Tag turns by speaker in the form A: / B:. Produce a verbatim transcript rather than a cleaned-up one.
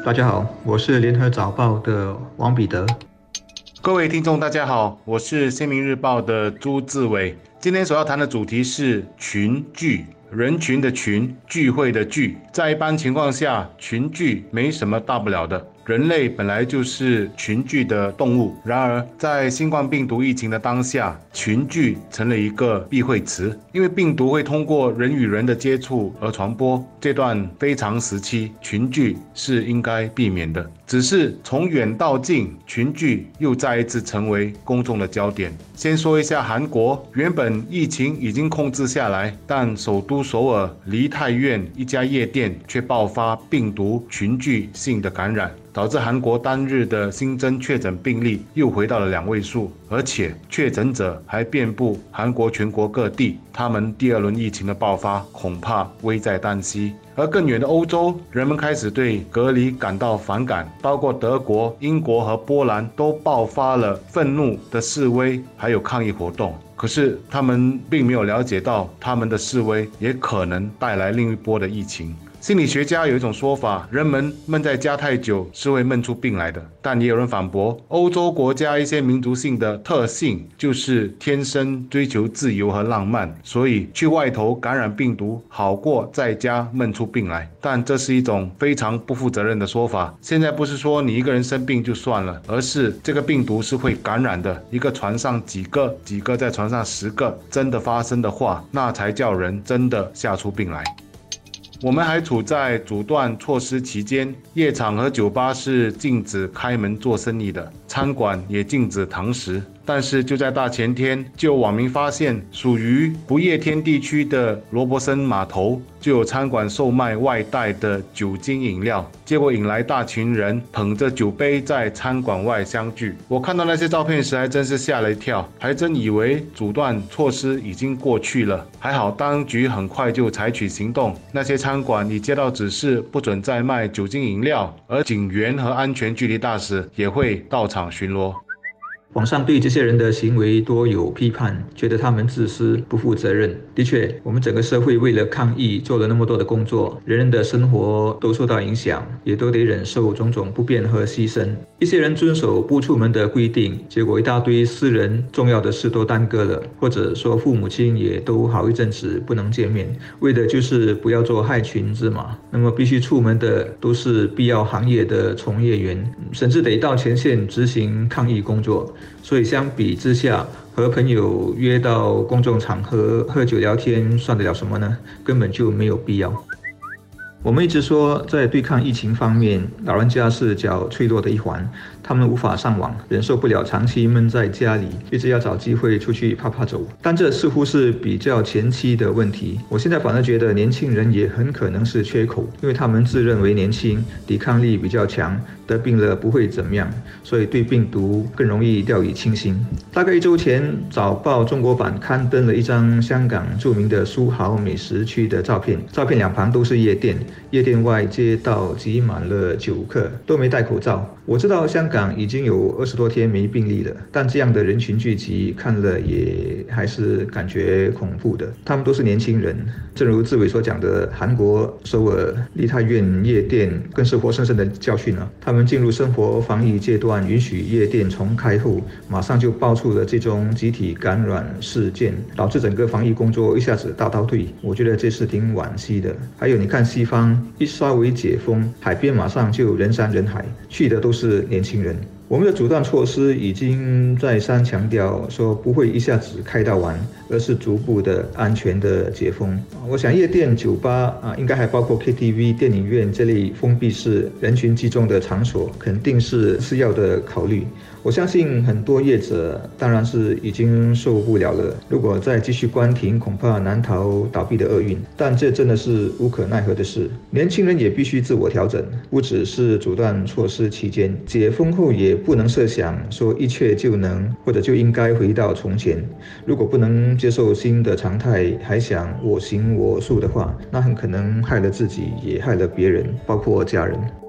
A: 大家好，我是联合早报的王彼得。
B: 各位听众，大家好，我是新民日报的朱志伟。今天所要谈的主题是群聚，人群的群，聚会的聚。在一般情况下，群聚没什么大不了的。人类本来就是群聚的动物，然而在新冠病毒疫情的当下，群聚成了一个避讳词，因为病毒会通过人与人的接触而传播。这段非常时期，群聚是应该避免的。只是从远到近，群聚又再一次成为公众的焦点。先说一下韩国，原本疫情已经控制下来，但首都首尔梨泰院一家夜店却爆发病毒群聚性的感染，导致韩国单日的新增确诊病例又回到了两位数，而且确诊者还遍布韩国全国各地。他们第二轮疫情的爆发恐怕危在旦夕。而更远的欧洲，人们开始对隔离感到反感，包括德国、英国和波兰都爆发了愤怒的示威，还有抗议活动。可是他们并没有了解到，他们的示威也可能带来另一波的疫情。心理学家有一种说法，人们闷在家太久是会闷出病来的，但也有人反驳，欧洲国家一些民族性的特性就是天生追求自由和浪漫，所以去外头感染病毒好过在家闷出病来。但这是一种非常不负责任的说法。现在不是说你一个人生病就算了，而是这个病毒是会感染的，一个船上几个，几个在船上十个，真的发生的话，那才叫人真的吓出病来。我们还处在阻断措施期间，夜场和酒吧是禁止开门做生意的，餐馆也禁止堂食。但是就在大前天，就有网民发现，属于不夜天地区的罗伯森码头就有餐馆售卖外带的酒精饮料，结果引来大群人捧着酒杯在餐馆外相聚。我看到那些照片时还真是吓了一跳，还真以为阻断措施已经过去了。还好当局很快就采取行动，那些餐馆已接到指示，不准再卖酒精饮料，而警员和安全距离大使也会到场巡逻。
A: 网上对这些人的行为多有批判，觉得他们自私、不负责任。的确，我们整个社会为了抗疫做了那么多的工作，人人的生活都受到影响，也都得忍受种种不便和牺牲。一些人遵守不出门的规定，结果一大堆私人重要的事都耽搁了，或者说父母亲也都好一阵子不能见面，为的就是不要做害群之马。那么必须出门的都是必要行业的从业员，甚至得到前线执行抗疫工作。所以相比之下，和朋友约到公众场合喝酒聊天算得了什么呢？根本就没有必要。我们一直说，在对抗疫情方面，老人家是较脆弱的一环，他们无法上网，忍受不了长期闷在家里，一直要找机会出去趴趴走。但这似乎是比较前期的问题。我现在反而觉得年轻人也很可能是缺口，因为他们自认为年轻，抵抗力比较强，得病了不会怎么样，所以对病毒更容易掉以轻心。大概一周前，早报中国版刊登了一张香港著名的苏豪美食区的照片，照片两旁都是夜店。夜店外街道挤满了酒客，都没戴口罩。我知道香港已经有二十多天没病例了，但这样的人群聚集看了也还是感觉恐怖的。他们都是年轻人，正如志伟所讲的，韩国首尔梨泰院夜店更是活生生的教训啊！他们进入生活防疫阶段，允许夜店重开后，马上就爆出了这种集体感染事件，导致整个防疫工作一下子大倒退。我觉得这是挺惋惜的。还有你看西方。一稍微解封，海边马上就人山人海，去的都是年轻人。我们的阻断措施已经再三强调说不会一下子开到完，而是逐步的安全的解封。我想夜店、酒吧啊，应该还包括 K T V、电影院这类封闭式人群集中的场所，肯定是次要的考虑。我相信很多业者当然是已经受不了了，如果再继续关停，恐怕难逃倒闭的厄运。但这真的是无可奈何的事。年轻人也必须自我调整，不只是阻断措施期间，解封后也不能设想说一切就能或者就应该回到从前。如果不能接受新的常态，还想我行我素的话，那很可能害了自己，也害了别人，包括家人。